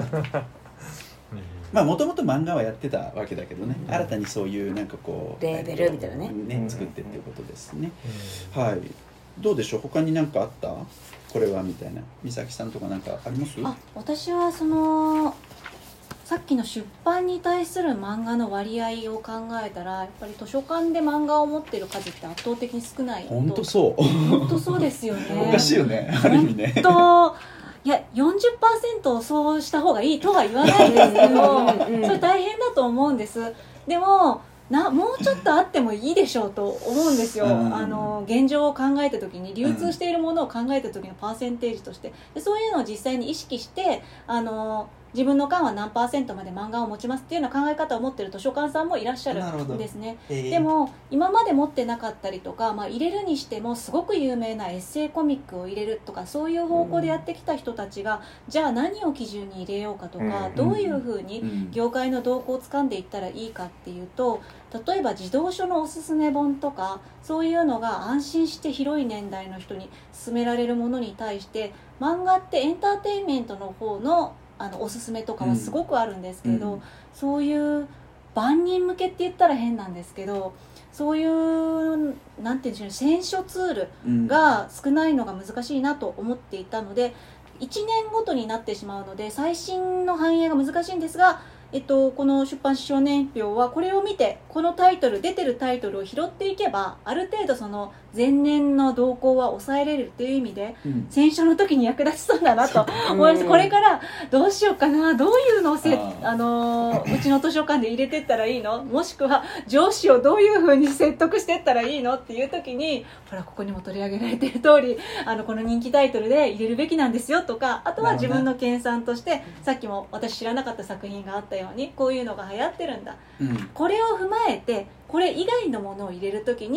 まあもともと漫画はやってたわけだけどね、新たにそういうなんかこうレーベルみたいなね、 作ってっていうことですね、はい。どうでしょう、他に何かあった、これはみたいな。美咲さんとか何かあります？ 私はさっきの出版に対する漫画の割合を考えたら、やっぱり図書館で漫画を持ってる数って圧倒的に少ない。 本当そう。 本当そうですよね。 おかしいよね、ある意味ね。 いや 40% そうした方がいいとは言わないですけどそれ大変だと思うんです。でももうちょっとあってもいいでしょうと思うんですよ、現状を考えた時に、流通しているものを考えた時のパーセンテージとして、でそういうのを実際に意識して自分の館は何%まで漫画を持ちますっていうような考え方を持っている図書館さんもいらっしゃるんですね。でも今まで持ってなかったりとか、入れるにしてもすごく有名なエッセイコミックを入れるとか、そういう方向でやってきた人たちが、じゃあ何を基準に入れようかとか、どういうふうに業界の動向をつかんでいったらいいかっていうと、例えば児童書のおすすめ本とか、そういうのが安心して広い年代の人に勧められるものに対して、漫画ってエンターテインメントの方のおすすめとかはすごくあるんですけど、そういう万人向けって言ったら変なんですけど、そういうなんていうんでしょう、選書ツールが少ないのが難しいなと思っていたので、1年ごとになってしまうので最新の反映が難しいんですが、この出版少年表はこれを見て、このタイトル、出てるタイトルを拾っていけば、ある程度その前年の動向は抑えれるっていう意味で、選書の時に役立ちそうだなと思います。これからどうしようかな、どういうのをうちの図書館で入れてったらいいの、もしくは上司をどういうふうに説得してったらいいのっていう時に、ほらここにも取り上げられている通り、この人気タイトルで入れるべきなんですよとか、あとは自分の研鑽として、さっきも私知らなかった作品があったように、こういうのが流行ってるんだ、これを踏まえてこれ以外のものを入れるときに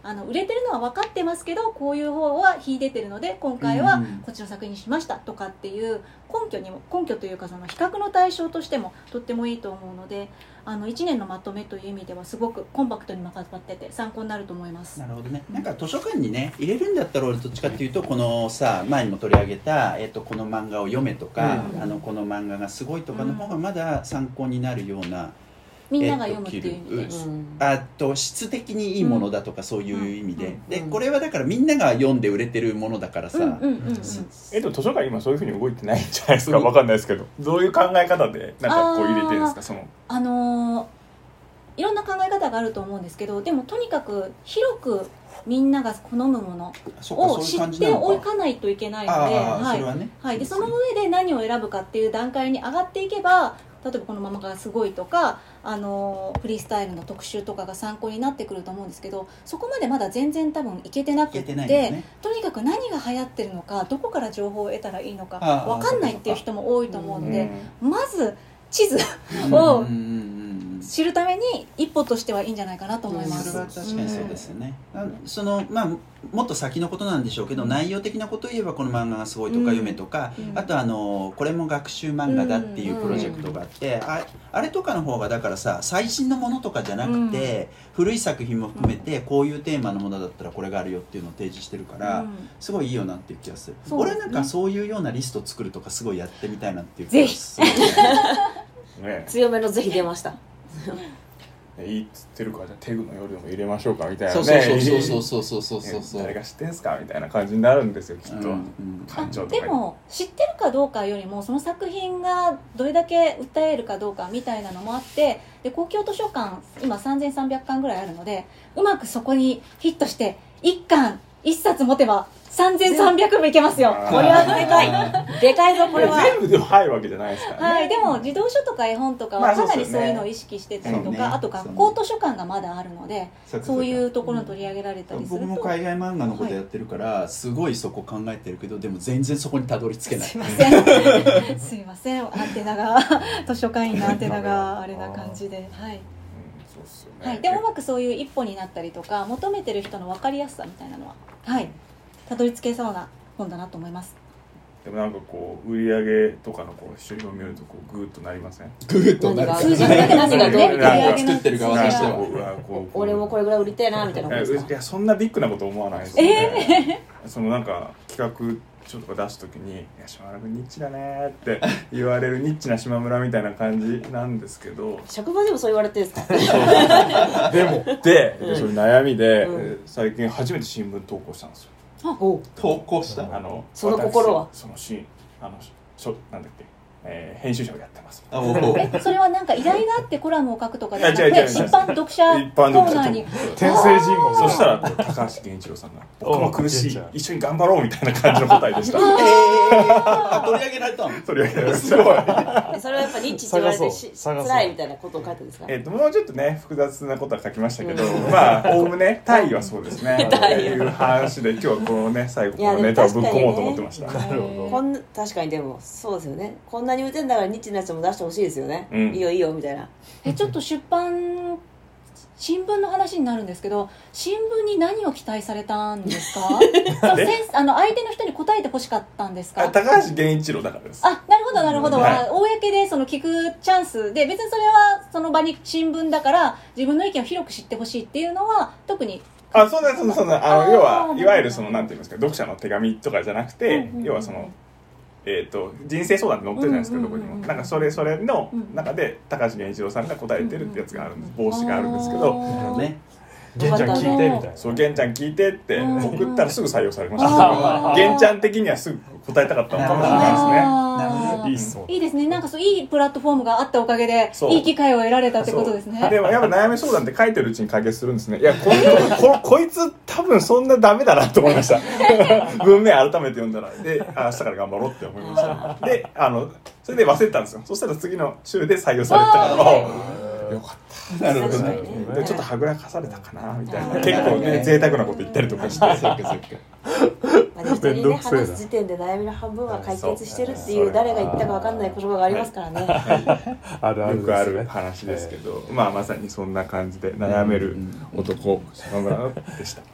売れてるのは分かってますけどこういう方は秀でてるので今回はこっちの作品にしましたとかっていう根拠というかその比較の対象としてもとってもいいと思うので1年のまとめという意味ではすごくコンパクトにまとまってて参考になると思います。 なるほどね。なんか図書館にね入れるんだったら俺どっちかっていうとこのさ前にも取り上げた、この漫画を読めとか、この漫画がすごいとかの方がまだ参考になるような、 みんなが読むっていう意味で、 質的にいいものだとかそういう意味で、でこれはだからみんなが読んで売れてるものだからさ、でも図書館今そういうふうに動いてないんじゃないですか。わかんないですけど、どういう考え方でなんかこう入れてるんですか。そのいろんな考え方があると思うんですけど、でもとにかく広くみんなが好むものを知っておかないといけないので、でその上で何を選ぶかっていう段階に上がっていけば、例えばこのままがすごいとかフリースタイルの特集とかが参考になってくると思うんですけど、そこまでまだ全然多分いけてなくって、とにかく何が流行ってるのかどこから情報を得たらいいのか分かんないっていう人も多いと思うので、まず地図を知るために一歩としてはいいんじゃないかなと思います。 それは確かにそうですよね。もっと先のことなんでしょうけど、内容的なことを言えばこの漫画がすごいとか読めとか、あとこれも学習漫画だっていうプロジェクトがあって、あれとかの方がだからさ最新のものとかじゃなくて、古い作品も含めてこういうテーマのものだったらこれがあるよっていうのを提示してるから、すごいいいよなっていう気がする。俺なんかそういうようなリストを作るとかすごいやってみたいなっていう気がする。 強めのぜひ出ました。 いいっつってるからじゃあテグの夜でも入れましょうかみたいなね。 そう誰が知ってんすかみたいな感じになるんですよきっと。館長とかでも知ってるかどうかよりもその作品がどれだけ訴えるかどうかみたいなのもあって、で公共図書館今3300巻ぐらいあるので、うまくそこにヒットして1巻1冊持てば3300もいけますよ。 これはでかい。でかいぞこれは。 全部でも入るわけじゃないですからね。 でも児童書とか絵本とかはかなりそういうのを意識してたりとか、あと学校図書館がまだあるので、そういうところに取り上げられたりすると。 僕も海外漫画のことやってるからすごいそこ考えてるけど、でも全然そこにたどり着けない。 すいませんすいません、アンテナが図書館員のアンテナがあれな感じで、でもうまくそういう一歩になったりとか求めてる人の分かりやすさみたいなのはたどり着けそうな本だなと思います。 でもなんかこう売り上げとかのこう一人を見るとこうグーッとなりません？ グーッとなる。 数字だけ何がどう作ってる側としては俺もこれぐらい売りたいなみたいなことですか？ いやそんなビッグなこと思わないですね。そのなんか企画書とか出すときに「いや島村君ニッチだね」って言われるニッチな島村みたいな感じなんですけど、 職場でもそう言われてるんですか？ でもそういう悩みで、最近初めて新聞投稿したんですよ。 投稿した？ その心はそのなんだっけ、編集者をやってます。 それはなんか依頼があってコラムを書くとかではなくて一般読者コーナーに天聖人語。 そしたら高橋源一郎さんが「僕も苦しい、一緒に頑張ろう」みたいな感じの答えでした。 取り上げられたの？ 取り上げられた。すごい。 それはやっぱニッチって言われて辛いみたいなことを書いてるんですか？ もうちょっとね複雑なことは書きましたけど、まあおおむね大意はそうですねっていう話で今日はこのね最後このネタをぶっ込もうと思ってました。 なるほど。確かにでもそうですよね。こんなに売れてんだからニッチなやつも出してほしいですよね。いいよいいよみたいな。 ちょっと新聞の話になるんですけど、新聞に何を期待されたんですか？相手の人に答えてほしかったんですか？ 高橋源一郎だからです。 なるほどなるほど、公でその聞くチャンスで、別にそれはその場に新聞だから自分の意見を広く知ってほしいっていうのは特にそうだ要はいわゆるそのなんていうんですか、読者の手紙とかじゃなくて、要はその人生相談って載ってるじゃないですか、どこにも。なんかそれの中で高橋源一郎さんが答えてるってやつがあるんです。帽子があるんですけど、 源ちゃん聞いてみたいな。 そう源ちゃん聞いてって送ったらすぐ採用されました。源ちゃん的にはすぐ答えたかったのかもしれないですね。 いいですね。なんかいいプラットフォームがあったおかげでいい機会を得られたってことですね。 でもやっぱ悩み相談って書いてるうちに解決するんですね。いやこいつ多分そんなダメだなと思いました。文面改めて読んだらで明日から頑張ろうって思いました。でそれで忘れてたんですよ。そしたら次の週で採用されたからよかった。なるほどね。でちょっとはぐらかされたかなみたいな。結構ね贅沢なこと言ったりとかして。 で実にね話す時点で悩みの半分は解決してるっていう誰が言ったか分かんない言葉がありますからね、 あるあるよくある話ですけど、まあまさにそんな感じで悩める男島村でした。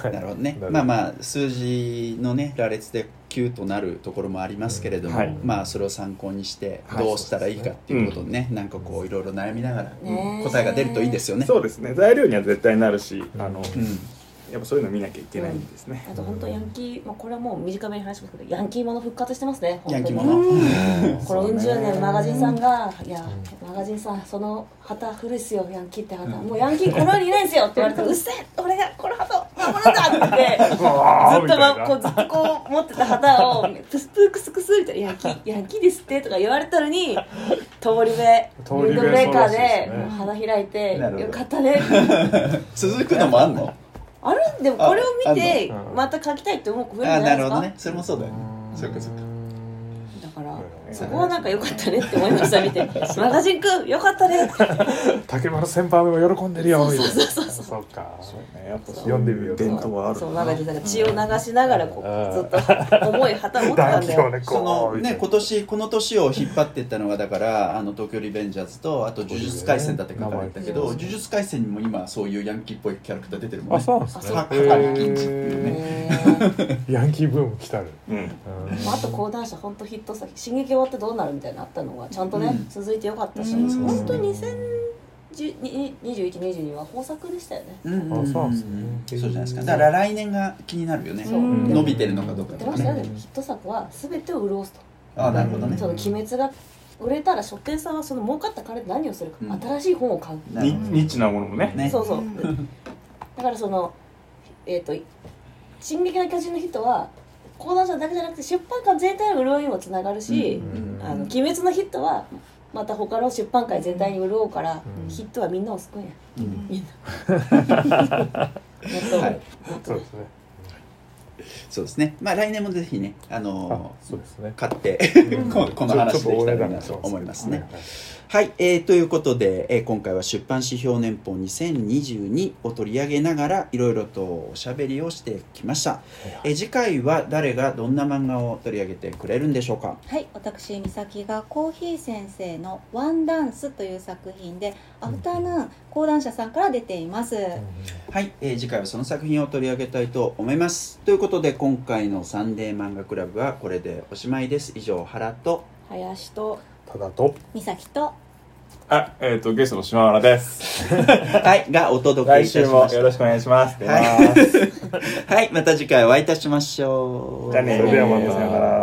なるほどね。まあまあ数字のね羅列で9となるところもありますけれども、まあそれを参考にしてどうしたらいいかっていうことをね、なんかこういろいろ悩みながら答えが出るといいですよね。 そうですね。材料には絶対なるし、やっぱそういうの見なきゃいけないんですね。 あと本当ヤンキー、まあ、これはもう短めに話しますけどヤンキーもの復活してますね。 ヤンキーものこのうん十年マガジンさんがいやマガジンさんその旗古いっすよヤンキーって旗、もうヤンキーこの世にいないんですよって言われてうっせえ俺がこの旗を守るんだって言ってずっとこう持ってた旗をプスプクスクスみたいなヤンキーですってとか言われたのに通り目ウィンドブレーカーでもう花開いてよかったね続くのもあんの？ あるでもこれを見てまた書きたいって思う子増えるんじゃないですか。 なるほどね。それもそうだよね。そうかそうか。 だからそこはなんか良かったねって思いました見てマガジンくん良かったねって竹丸先輩も喜んでるよみたいな。 そうかそうね、やっぱ読んでみよう。 伝統はある。 そうマガジンさんが血を流しながらこうずっと重い旗を持ってたんだよ。 そのねこの年を引っ張っていったのがだから東京リベンジャーズとあと呪術廻戦だって書かれてたけど、呪術廻戦にも今そういうヤンキーっぽいキャラクター出てるもんね。 あ、そうなんですね。 ハリキンチっていうね。 ヤンキーブーム来たる。 あと講談社本当ヒット先進撃終わってどうなるみたいなあったのがちゃんとね続いてよかったし、本当に2021-22は豊作でしたよね。 あ、そうなんですね。 そうじゃないですか。だから来年が気になるよね。伸びてるのかどうかとかね。 ヒット作は全てを潤すと。 あ、なるほどね。 その鬼滅が売れたら書店さんはその儲かった金で何をするか、新しい本を買う。 ニッチなものもね。 そうそう。だからその進撃の巨人のヒットは講談社だけじゃなくて出版界全体の潤いにもつながるし、鬼滅のヒットはまた他の出版界全体に潤うから、ヒットはみんなを救うんや、みんなそうですね。 そうですね。まあ来年もぜひねそうですね。 買ってこの話できたらなと思いますね。はい、ということで、今回は出版指標年報2022を取り上げながらいろいろとおしゃべりをしてきました。次回は誰がどんな漫画を取り上げてくれるんでしょうか。 はい、私美咲がコーヒー先生のワンダンスという作品で、アフタヌーン講談社さんから出ています。 はい、次回はその作品を取り上げたいと思います。ということで今回のサンデー漫画クラブはこれでおしまいです。以上、原と林とただと美咲とゲストの島原です。 はいがお届けいたしました。 来週もよろしくお願いします。 はい、また次回お会いいたしましょう。 じゃあね。 それではまたさよなら。